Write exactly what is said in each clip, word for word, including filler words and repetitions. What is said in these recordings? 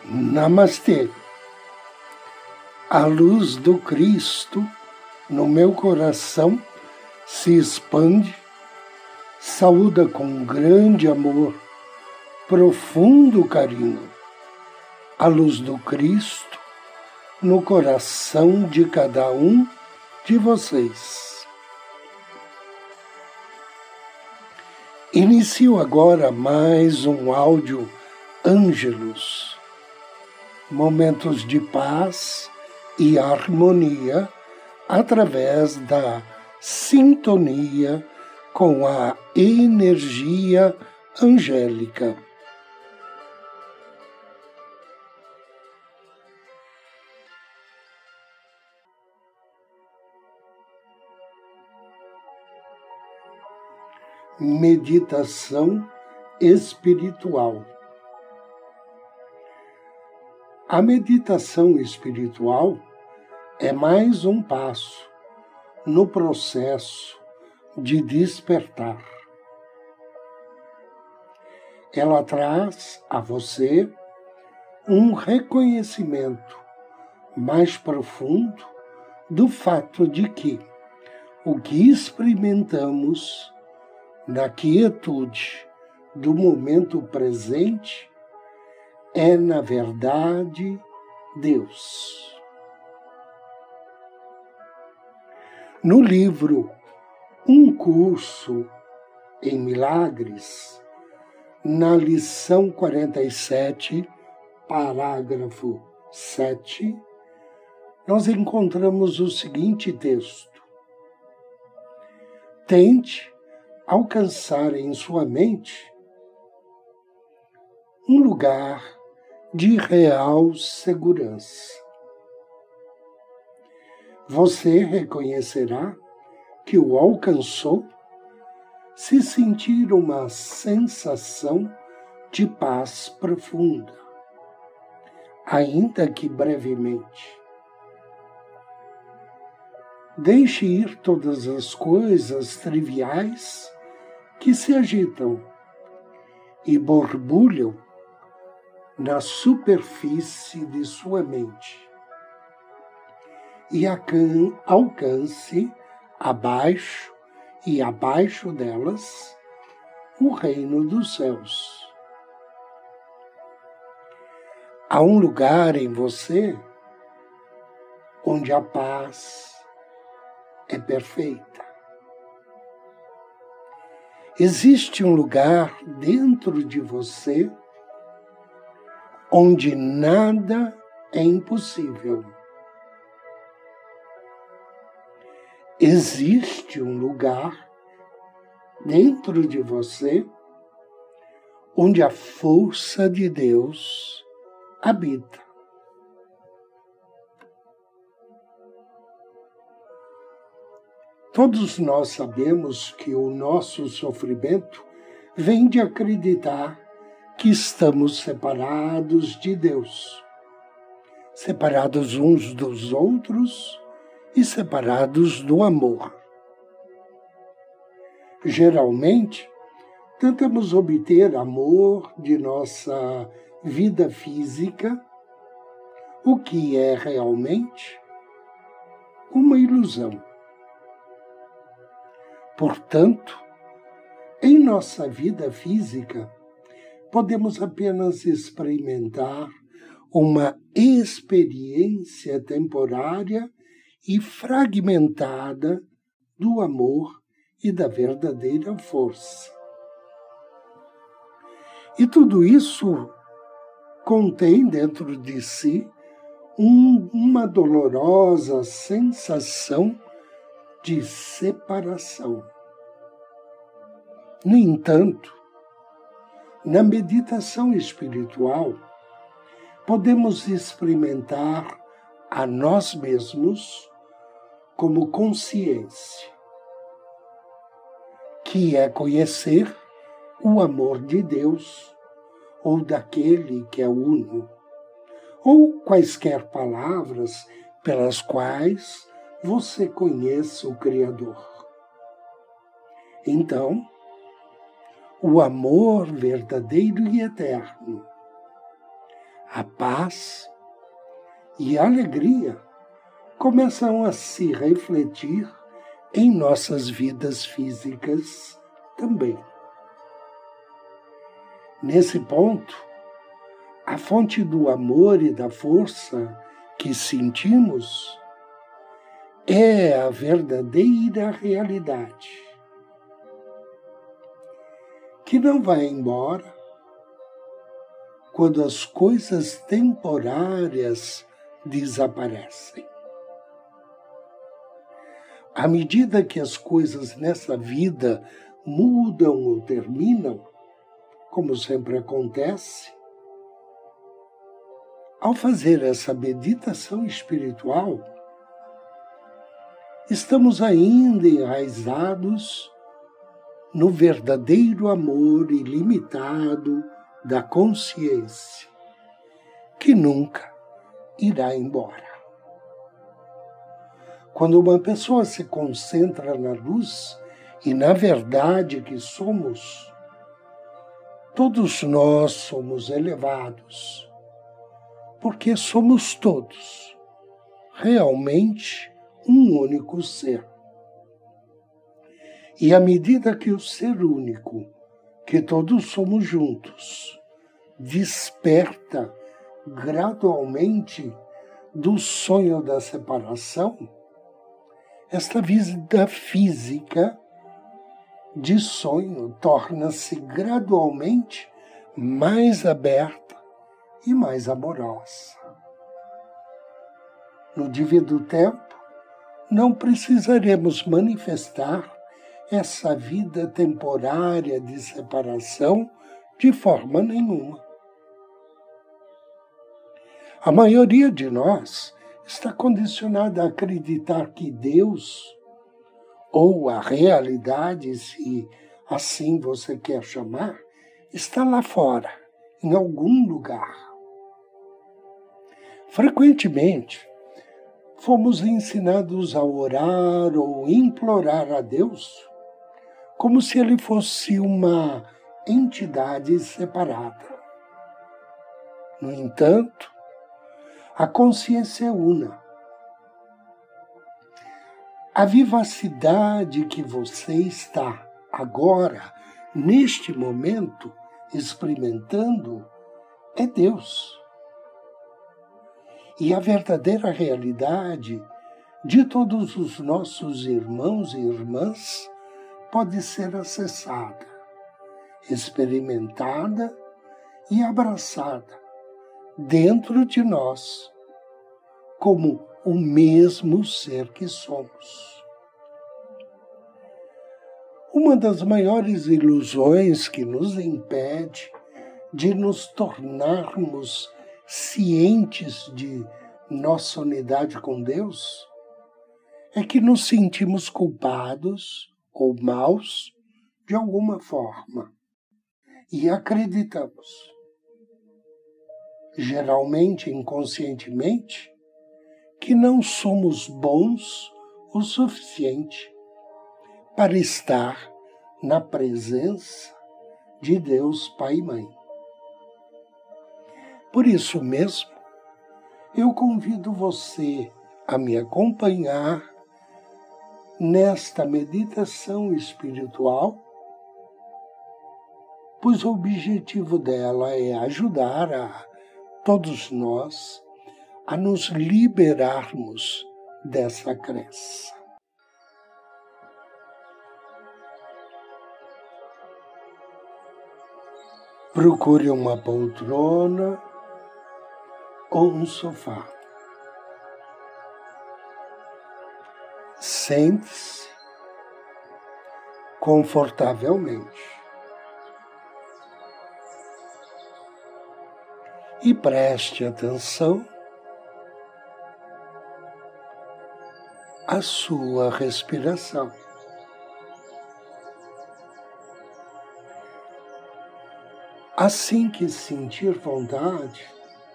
Namastê. A luz do Cristo no meu coração se expande, saúda com grande amor, profundo carinho, a luz do Cristo no coração de cada um de vocês. Inicio agora mais um áudio Ângelos, momentos de paz e harmonia através da sintonia com a energia angélica. Meditação espiritual. A meditação espiritual é mais um passo no processo de despertar. Ela traz a você um reconhecimento mais profundo do fato de que o que experimentamos na quietude do momento presente é, na verdade, Deus. No livro Um Curso em Milagres, na lição quarenta e sete, parágrafo sete, nós encontramos o seguinte texto: tente alcançar em sua mente um lugar de real segurança. Você reconhecerá que o alcançou se sentir uma sensação de paz profunda, ainda que brevemente. Deixe ir todas as coisas triviais que se agitam e borbulham na superfície de sua mente e alcance abaixo e abaixo delas o reino dos céus. Há um lugar em você onde a paz é perfeita. Existe um lugar dentro de você onde nada é impossível. Existe um lugar dentro de você onde a força de Deus habita. Todos nós sabemos que o nosso sofrimento vem de acreditar que estamos separados de Deus, separados uns dos outros e separados do amor. Geralmente, tentamos obter amor de nossa vida física, o que é realmente uma ilusão. Portanto, em nossa vida física, podemos apenas experimentar uma experiência temporária e fragmentada do amor e da verdadeira força. E tudo isso contém dentro de si um, uma dolorosa sensação de separação. No entanto, na meditação espiritual, podemos experimentar a nós mesmos como consciência, que é conhecer o amor de Deus ou daquele que é uno, ou quaisquer palavras pelas quais você conheça o Criador. Então, o amor verdadeiro e eterno, a paz e a alegria começam a se refletir em nossas vidas físicas também. Nesse ponto, a fonte do amor e da força que sentimos é a verdadeira realidade, que não vai embora quando as coisas temporárias desaparecem. À medida que as coisas nessa vida mudam ou terminam, como sempre acontece, ao fazer essa meditação espiritual, estamos ainda enraizados no verdadeiro amor ilimitado da consciência, que nunca irá embora. Quando uma pessoa se concentra na luz e na verdade que somos, todos nós somos elevados, porque somos todos realmente um único ser. E à medida que o ser único, que todos somos juntos, desperta gradualmente do sonho da separação, esta vida física de sonho torna-se gradualmente mais aberta e mais amorosa. No devido tempo, não precisaremos manifestar essa vida temporária de separação de forma nenhuma. A maioria de nós está condicionada a acreditar que Deus, ou a realidade, se assim você quer chamar, está lá fora, em algum lugar. Frequentemente, fomos ensinados a orar ou implorar a Deus como se Ele fosse uma entidade separada. No entanto, a consciência é una. A vivacidade que você está agora, neste momento, experimentando, é Deus. E a verdadeira realidade de todos os nossos irmãos e irmãs pode ser acessada, experimentada e abraçada dentro de nós, como o mesmo ser que somos. Uma das maiores ilusões que nos impede de nos tornarmos cientes de nossa unidade com Deus é que nos sentimos culpados ou maus de alguma forma e acreditamos, geralmente inconscientemente, que não somos bons o suficiente para estar na presença de Deus Pai e Mãe. Por isso mesmo, eu convido você a me acompanhar nesta meditação espiritual, pois o objetivo dela é ajudar a todos nós a nos liberarmos dessa crença. Procure uma poltrona ou um sofá. Sente-se confortavelmente e preste atenção à sua respiração. Assim que sentir vontade,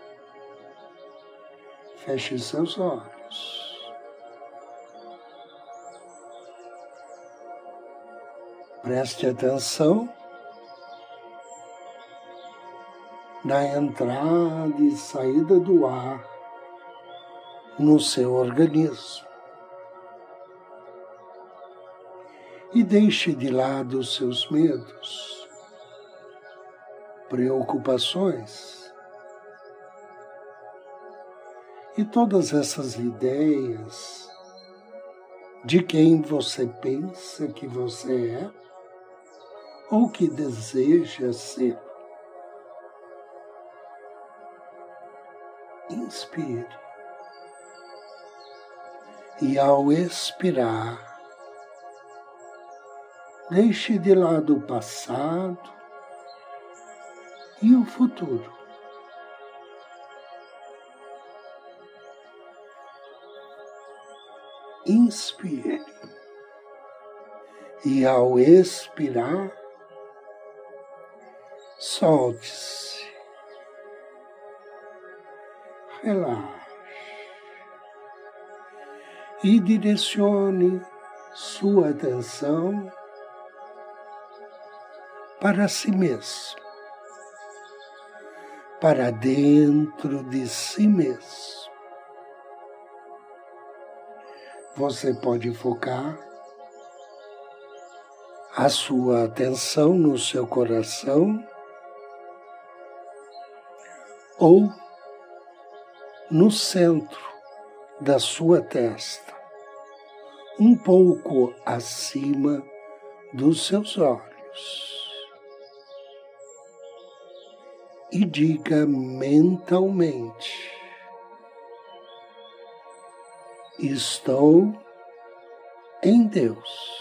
feche seus olhos. Preste atenção na entrada e saída do ar no seu organismo. E deixe de lado os seus medos, preocupações e todas essas ideias de quem você pensa que você é ou que deseja ser. Inspire. E ao expirar, deixe de lado o passado e o futuro. Inspire. E ao expirar, solte-se. Relaxe. E direcione sua atenção para si mesmo, para dentro de si mesmo. Você pode focar a sua atenção no seu coração ou no centro da sua testa, um pouco acima dos seus olhos. E diga mentalmente: estou em Deus.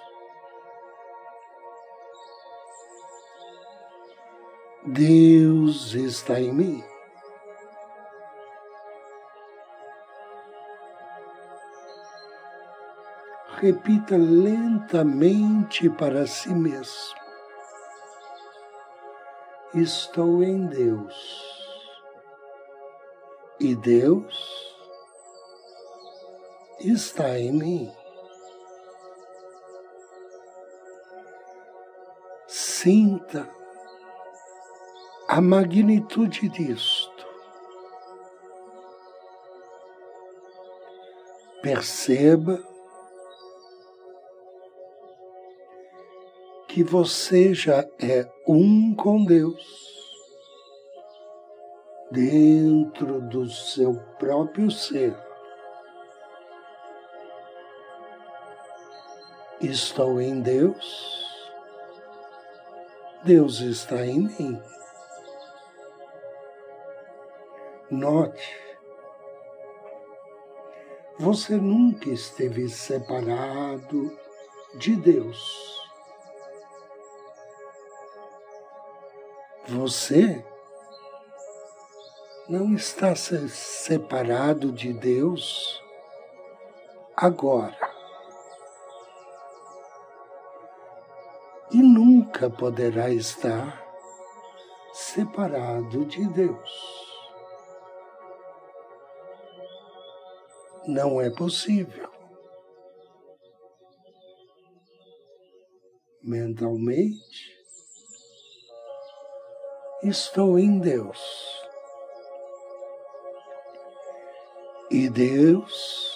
Deus está em mim. Repita lentamente para si mesmo: estou em Deus. E Deus está em mim. Sinta a magnitude disto. Perceba que você já é um com Deus, dentro do seu próprio ser. Estou em Deus, Deus está em mim. Note, você nunca esteve separado de Deus. Você não está separado de Deus agora. E nunca poderá estar separado de Deus. Não é possível. Mentalmente, estou em Deus. E Deus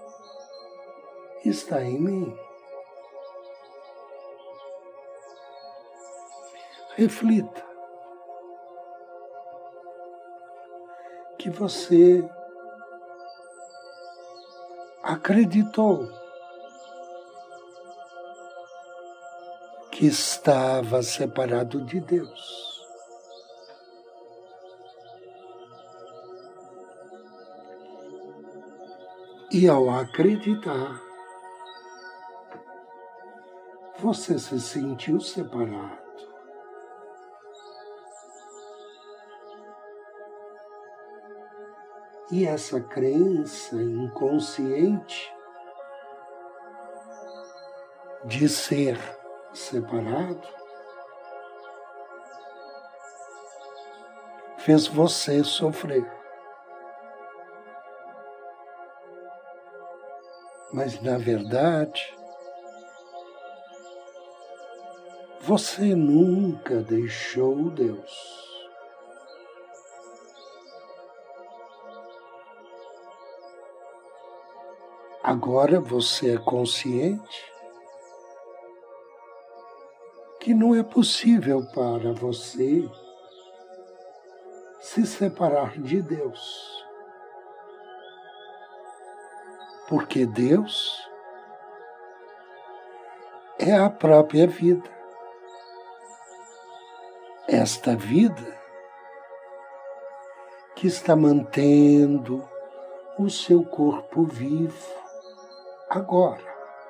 está em mim. Reflita que você acreditou que estava separado de Deus. E ao acreditar, você se sentiu separado. E essa crença inconsciente de ser separado fez você sofrer. Mas, na verdade, você nunca deixou Deus. Agora você é consciente que não é possível para você se separar de Deus, porque Deus é a própria vida. Esta vida que está mantendo o seu corpo vivo agora.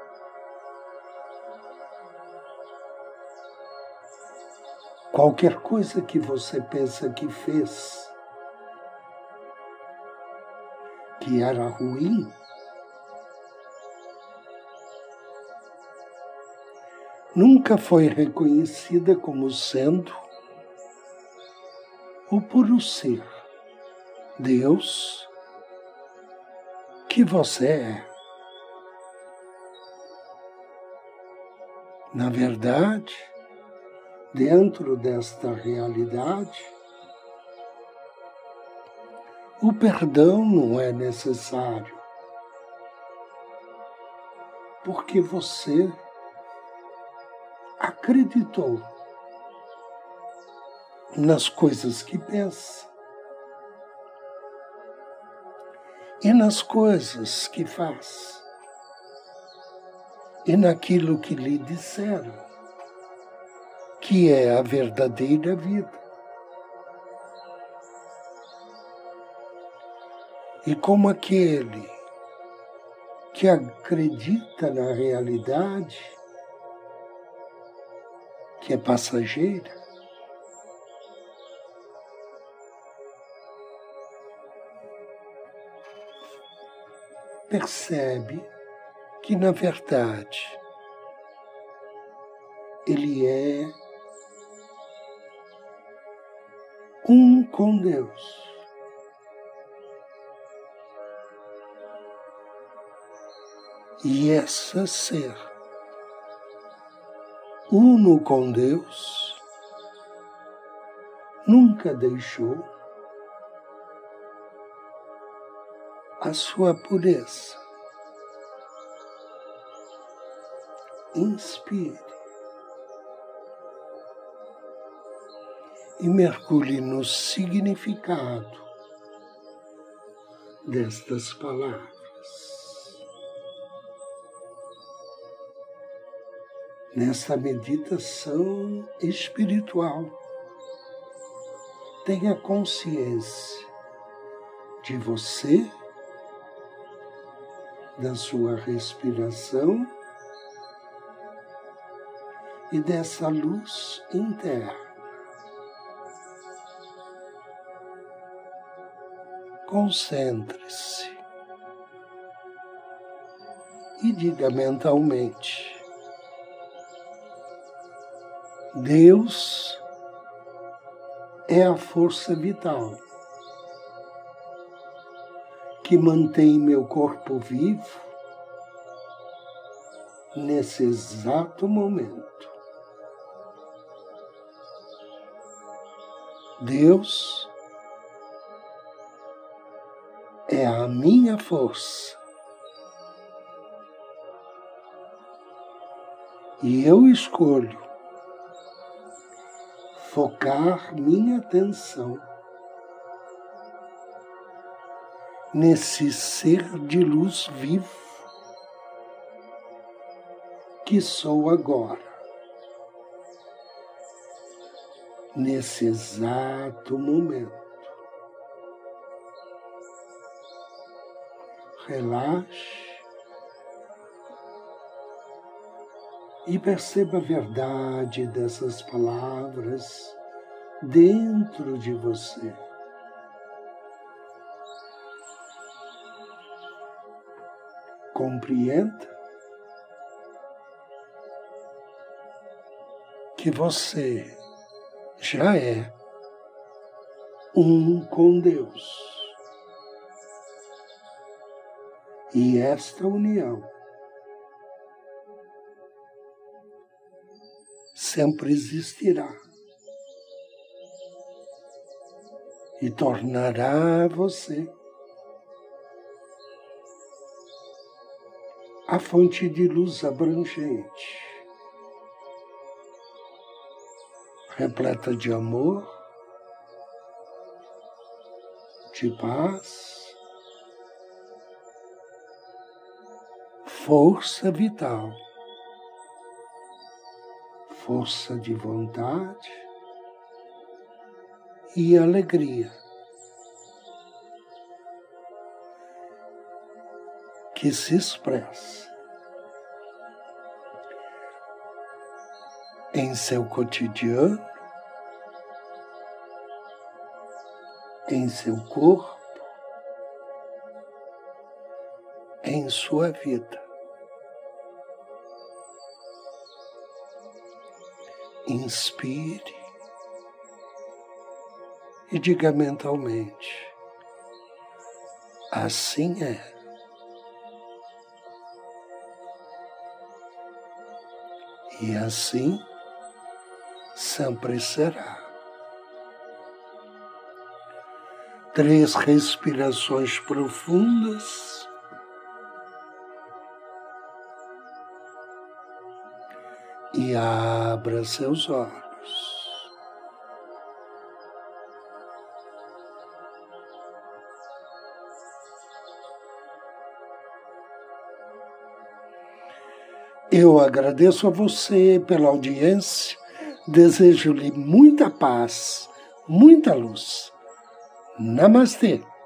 Qualquer coisa que você pensa que fez, que era ruim, nunca foi reconhecida como sendo o puro ser, Deus, que você é. Na verdade, dentro desta realidade, o perdão não é necessário, porque você acreditou nas coisas que pensa e nas coisas que faz e naquilo que lhe disseram, que é a verdadeira vida. E como aquele que acredita na realidade, que é passageira, percebe que, na verdade, ele é um com Deus. E essa ser uno com Deus nunca deixou a sua pureza. Inspire e mergulhe no significado destas palavras. Nessa meditação espiritual, tenha consciência de você, da sua respiração e dessa luz interna. Concentre-se e diga mentalmente: Deus é a força vital que mantém meu corpo vivo nesse exato momento. Deus é a minha força e eu escolho focar minha atenção nesse ser de luz vivo que sou agora, nesse exato momento. Relaxe e perceba a verdade dessas palavras dentro de você. Compreenda que você já é um com Deus. E esta união sempre existirá e tornará você a fonte de luz abrangente, repleta de amor, de paz, força vital, força de vontade e alegria, que se expressa em seu cotidiano, em seu corpo, em sua vida. Inspire e diga mentalmente: assim é. E assim sempre será. Três respirações profundas. E abra seus olhos. Eu agradeço a você pela audiência, desejo-lhe muita paz, muita luz. Namastê!